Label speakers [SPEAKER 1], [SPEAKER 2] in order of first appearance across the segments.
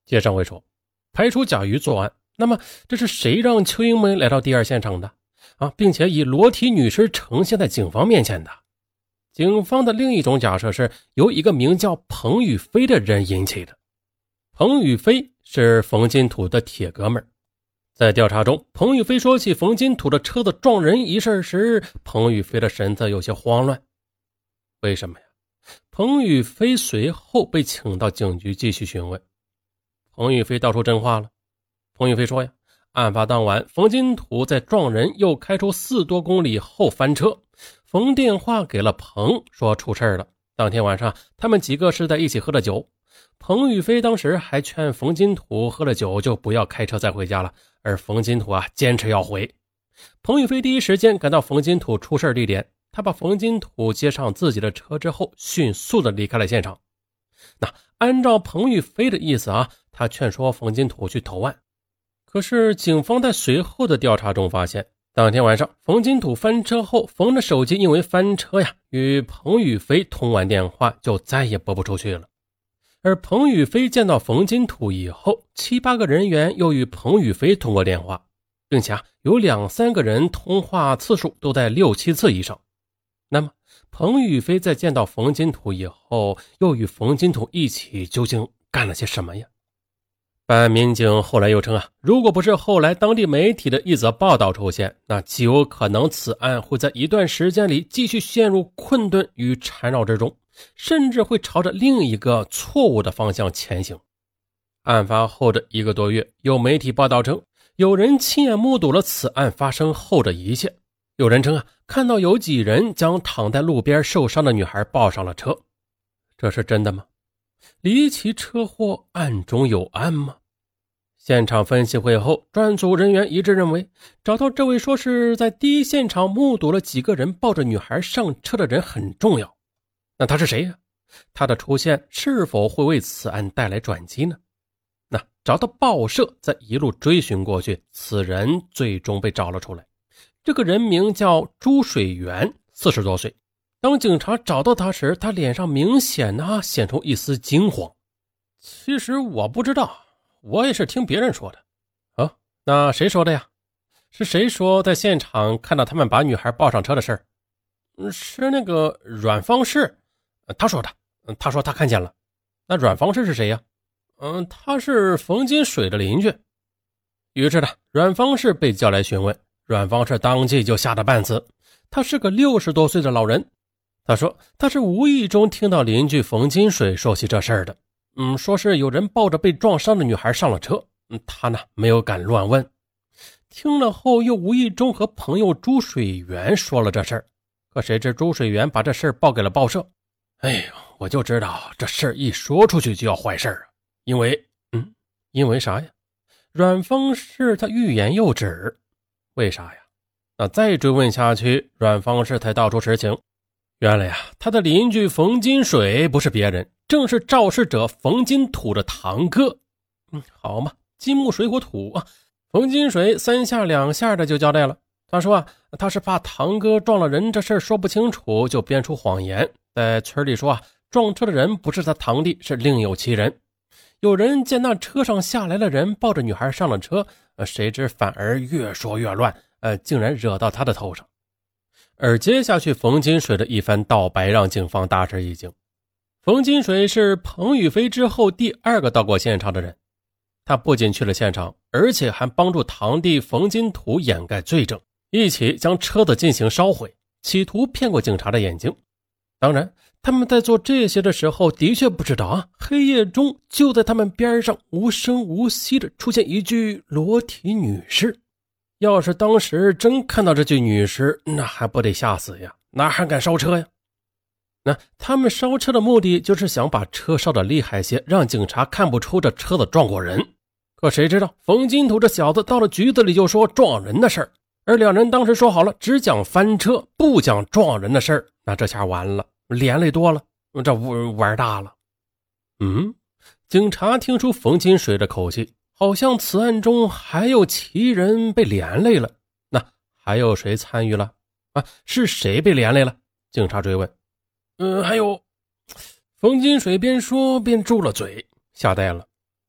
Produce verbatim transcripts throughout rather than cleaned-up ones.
[SPEAKER 1] 接上回说，排除贾瑜作案，那么这是谁让邱英梅来到第二现场的啊，并且以裸体女尸呈现在警方面前的？警方的另一种假设是由一个名叫彭宇飞的人引起的。彭宇飞是冯金土的铁哥们儿。在调查中，彭宇飞说起冯金土的车子撞人一事时，彭宇飞的神色有些慌乱。为什么呀？彭宇飞随后被请到警局继续询问。彭宇飞道出真话了。彭宇飞说呀，案发当晚，冯金土在撞人又开出四多公里后翻车，冯电话给了彭，说出事了。当天晚上他们几个是在一起喝的酒，彭宇飞当时还劝冯金土喝了酒就不要开车再回家了，而冯金土啊坚持要回。彭宇飞第一时间赶到冯金土出事地点，他把冯金土接上自己的车之后，迅速的离开了现场。那按照彭宇飞的意思啊，他劝说冯金土去投案。可是警方在随后的调查中发现，当天晚上冯金土翻车后，冯的手机因为翻车呀，与彭宇飞通完电话就再也拨不出去了。而彭宇飞见到冯金土以后，七八个人员又与彭宇飞通过电话，并且啊有两三个人通话次数都在六七次以上。那么彭宇飞在见到冯金土以后，又与冯金土一起究竟干了些什么呀？办案民警后来又称啊，如果不是后来当地媒体的一则报道出现，那极有可能此案会在一段时间里继续陷入困顿与缠绕之中，甚至会朝着另一个错误的方向前行。案发后的一个多月，有媒体报道称，有人亲眼目睹了此案发生后的一切。有人称啊，看到有几人将躺在路边受伤的女孩抱上了车。这是真的吗？离奇车祸案中有案吗？现场分析会后，专案组人员一致认为，找到这位说是在第一现场目睹了几个人抱着女孩上车的人很重要。那他是谁呀？他的出现是否会为此案带来转机呢？那找到报社，再一路追寻过去，此人最终被找了出来。这个人名叫朱水元，四十多岁。当警察找到他时，他脸上明显啊显出一丝惊慌。其实我不知道，我也是听别人说的。啊，那谁说的呀？是谁说在现场看到他们把女孩抱上车的事儿？是那个阮方式，他说的。他说他看见了。那阮方式是谁呀？嗯，他是冯金水的邻居。于是呢，阮方式被叫来询问。阮方式当即就吓得半死。他是个六十多岁的老人。他说他是无意中听到邻居冯金水说起这事儿的。嗯，说是有人抱着被撞伤的女孩上了车。嗯，他呢没有敢乱问。听了后又无意中和朋友朱水元说了这事儿。可谁知朱水元把这事儿报给了报社。哎呦，我就知道这事儿一说出去就要坏事啊。因为嗯，因为啥呀？阮方式他欲言又止。为啥呀？那再追问下去，阮方式才道出实情。原来呀，他的邻居冯金水不是别人，正是肇事者冯金土的堂哥。嗯，好嘛，金木水火土啊。冯金水三下两下的就交代了。他说啊，他是怕堂哥撞了人这事儿说不清楚，就编出谎言，在村里说啊，撞车的人不是他堂弟，是另有其人。有人见那车上下来的人抱着女孩上了车，呃、谁知反而越说越乱，呃，竟然惹到他的头上。而接下去冯金水的一番道白让警方大吃一惊。冯金水是彭宇飞之后第二个到过现场的人。他不仅去了现场，而且还帮助堂弟冯金土掩盖罪证，一起将车子进行烧毁，企图骗过警察的眼睛。当然他们在做这些的时候的确不知道啊，黑夜中就在他们边上无声无息的出现一具裸体女尸。要是当时真看到这具女尸，那还不得吓死呀，哪还敢烧车呀？那他们烧车的目的就是想把车烧得厉害些，让警察看不出这车子撞过人。可谁知道冯金土这小子到了局子里就说撞人的事儿，而两人当时说好了只讲翻车不讲撞人的事儿，那这下完了，连累多了，这玩大了。嗯，警察听出冯金水的口气，好像此案中还有其人被连累了。那还有谁参与了啊？是谁被连累了？警察追问。嗯，还有。冯金水边说边住了嘴，吓呆了。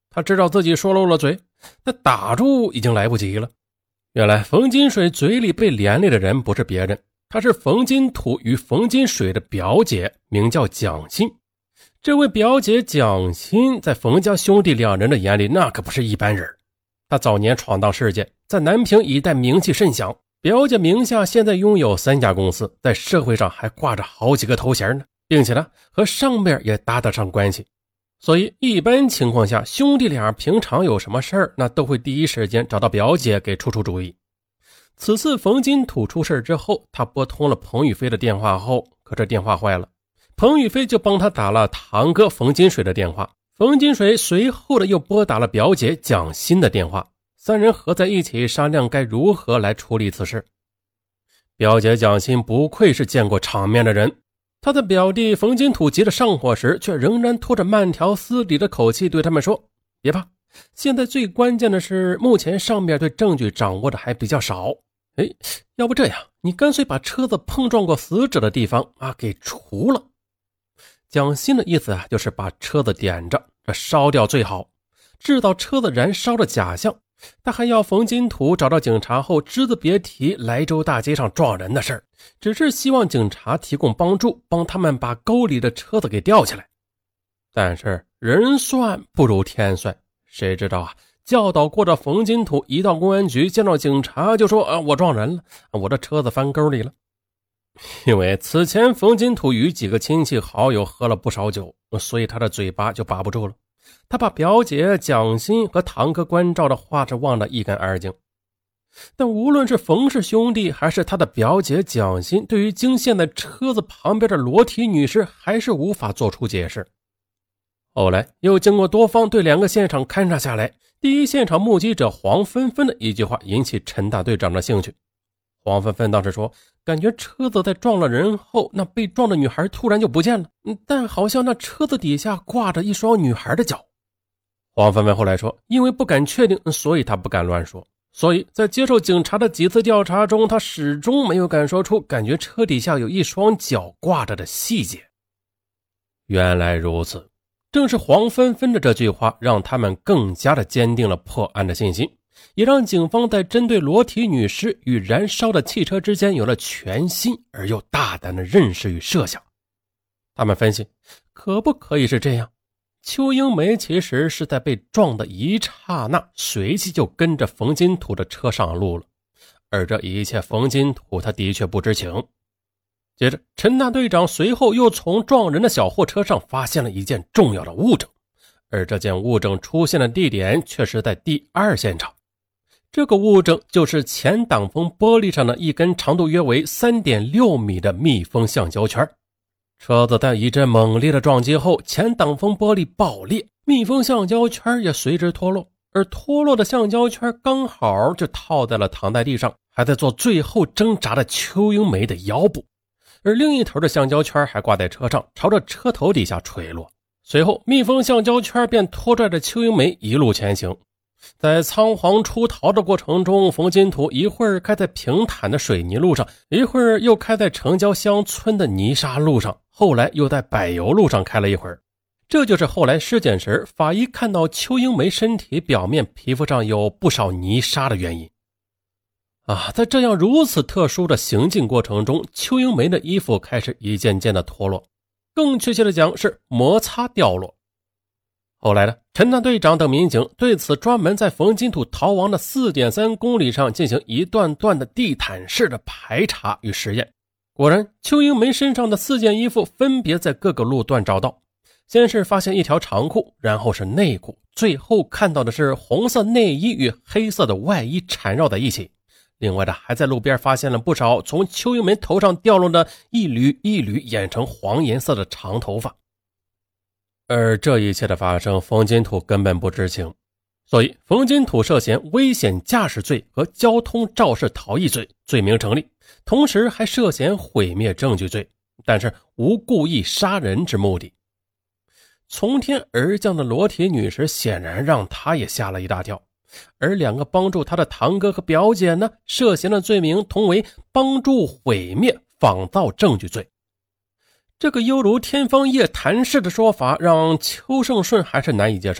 [SPEAKER 1] 他知道自己说漏了嘴，但打住已经来不及了。原来冯金水嘴里被连累的人不是别人，他是冯金土与冯金水的表姐，名叫蒋欣。这位表姐蒋欣在冯家兄弟两人的眼里那可不是一般人。她早年闯荡世界，在南平一带名气甚响，表姐名下现在拥有三家公司，在社会上还挂着好几个头衔呢，并且呢和上面也搭得上关系。所以一般情况下，兄弟俩平常有什么事儿，那都会第一时间找到表姐给出出主意。此次冯金土出事之后，他拨通了彭宇飞的电话后，可这电话坏了，彭宇飞就帮他打了堂哥冯金水的电话，冯金水随后的又拨打了表姐蒋欣的电话，三人合在一起商量该如何来处理此事。表姐蒋欣不愧是见过场面的人，他的表弟冯金土急着上火时，却仍然拖着慢条斯理的口气对他们说，别怕，现在最关键的是目前上面对证据掌握的还比较少，哎，要不这样，你干脆把车子碰撞过死者的地方啊给除了。蒋欣的意思啊，就是把车子点着，这烧掉最好，制造车子燃烧的假象。他还要冯金土找到警察后只字别提莱州大街上撞人的事儿，只是希望警察提供帮助，帮他们把沟里的车子给吊起来。但是人算不如天算，谁知道啊，教导过的冯金土一到公安局见到警察就说啊，我撞人了，我的车子翻沟里了。因为此前冯金土与几个亲戚好友喝了不少酒，所以他的嘴巴就把不住了。他把表姐蒋欣和堂哥关照的话是忘得一干二净。但无论是冯氏兄弟还是他的表姐蒋欣，对于惊现在车子旁边的裸体女尸还是无法做出解释。后来又经过多方对两个现场勘察下来，第一现场目击者黄芬芬的一句话引起陈大队长的兴趣。黄芬芬当时说，感觉车子在撞了人后，那被撞的女孩突然就不见了，但好像那车子底下挂着一双女孩的脚。黄芬芬后来说，因为不敢确定，所以她不敢乱说，所以在接受警察的几次调查中，她始终没有敢说出感觉车底下有一双脚挂着的细节。原来如此，正是黄芬芬的这句话让他们更加的坚定了破案的信心，也让警方在针对裸体女尸与燃烧的汽车之间有了全新而又大胆的认识与设想。他们分析，可不可以是这样，邱英梅其实是在被撞的一刹那，随即就跟着冯金土的车上路了，而这一切冯金土他的确不知情。接着陈大队长随后又从撞人的小货车上发现了一件重要的物证，而这件物证出现的地点却是在第二现场。这个物证就是前挡风玻璃上的一根长度约为 三点六 米的密封橡胶圈。车子在一阵猛烈的撞击后，前挡风玻璃爆裂，密封橡胶圈也随之脱落，而脱落的橡胶圈刚好就套在了躺在地上还在做最后挣扎的邱英梅的腰部，而另一头的橡胶圈还挂在车上，朝着车头底下垂落。随后密封橡胶圈便拖拽着邱英梅一路前行。在仓皇出逃的过程中，冯金土一会儿开在平坦的水泥路上，一会儿又开在城郊乡村的泥沙路上，后来又在柏油路上开了一会儿。这就是后来尸检时法医看到邱英梅身体表面皮肤上有不少泥沙的原因。啊，在这样如此特殊的行进过程中，邱英梅的衣服开始一件件的脱落，更确切的讲是摩擦掉落。后来呢，陈大队长等民警对此专门在冯金土逃亡的 四点三公里上进行一段段的地毯式的排查与实验。果然，邱英梅身上的四件衣服分别在各个路段找到。先是发现一条长裤，然后是内裤，最后看到的是红色内衣与黑色的外衣缠绕在一起。另外的还在路边发现了不少从邱英梅头上掉落的一缕一缕染成黄颜色的长头发。而这一切的发生，冯金土根本不知情，所以冯金土涉嫌危险驾驶罪和交通肇事逃逸罪罪名成立，同时还涉嫌毁灭证据罪，但是无故意杀人之目的。从天而降的裸体女尸显然让他也吓了一大跳，而两个帮助他的堂哥和表姐呢，涉嫌的罪名同为帮助毁灭仿造证据罪。这个犹如天方夜谭式的说法让邱胜顺还是难以接受的，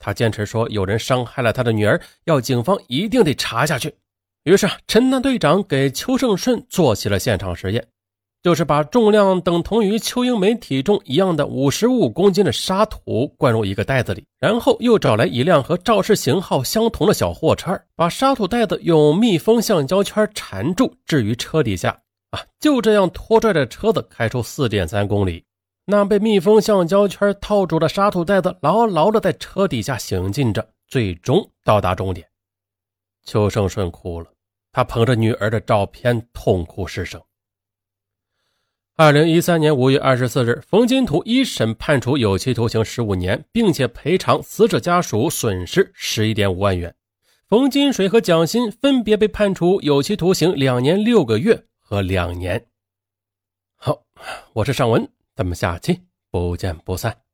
[SPEAKER 1] 他坚持说有人伤害了他的女儿，要警方一定得查下去。于是陈大队长给邱胜顺做起了现场实验，就是把重量等同于邱英梅体重一样的五十五公斤的沙土灌入一个袋子里，然后又找来一辆和肇事型号相同的小货车，把沙土袋子用密封橡胶圈缠住，置于车底下啊，就这样拖拽着车子开出 四点三公里。那被密封橡胶圈套住的沙土袋子牢牢地在车底下行进着，最终到达终点。邱胜顺哭了，他捧着女儿的照片痛哭失声。二零一三年五月二十四日，冯金土一审判处有期徒刑十五年，并且赔偿死者家属损失 十一点五万元。冯金水和蒋欣分别被判处有期徒刑两年六个月和两年。好，我是尚文，咱们下期不见不散。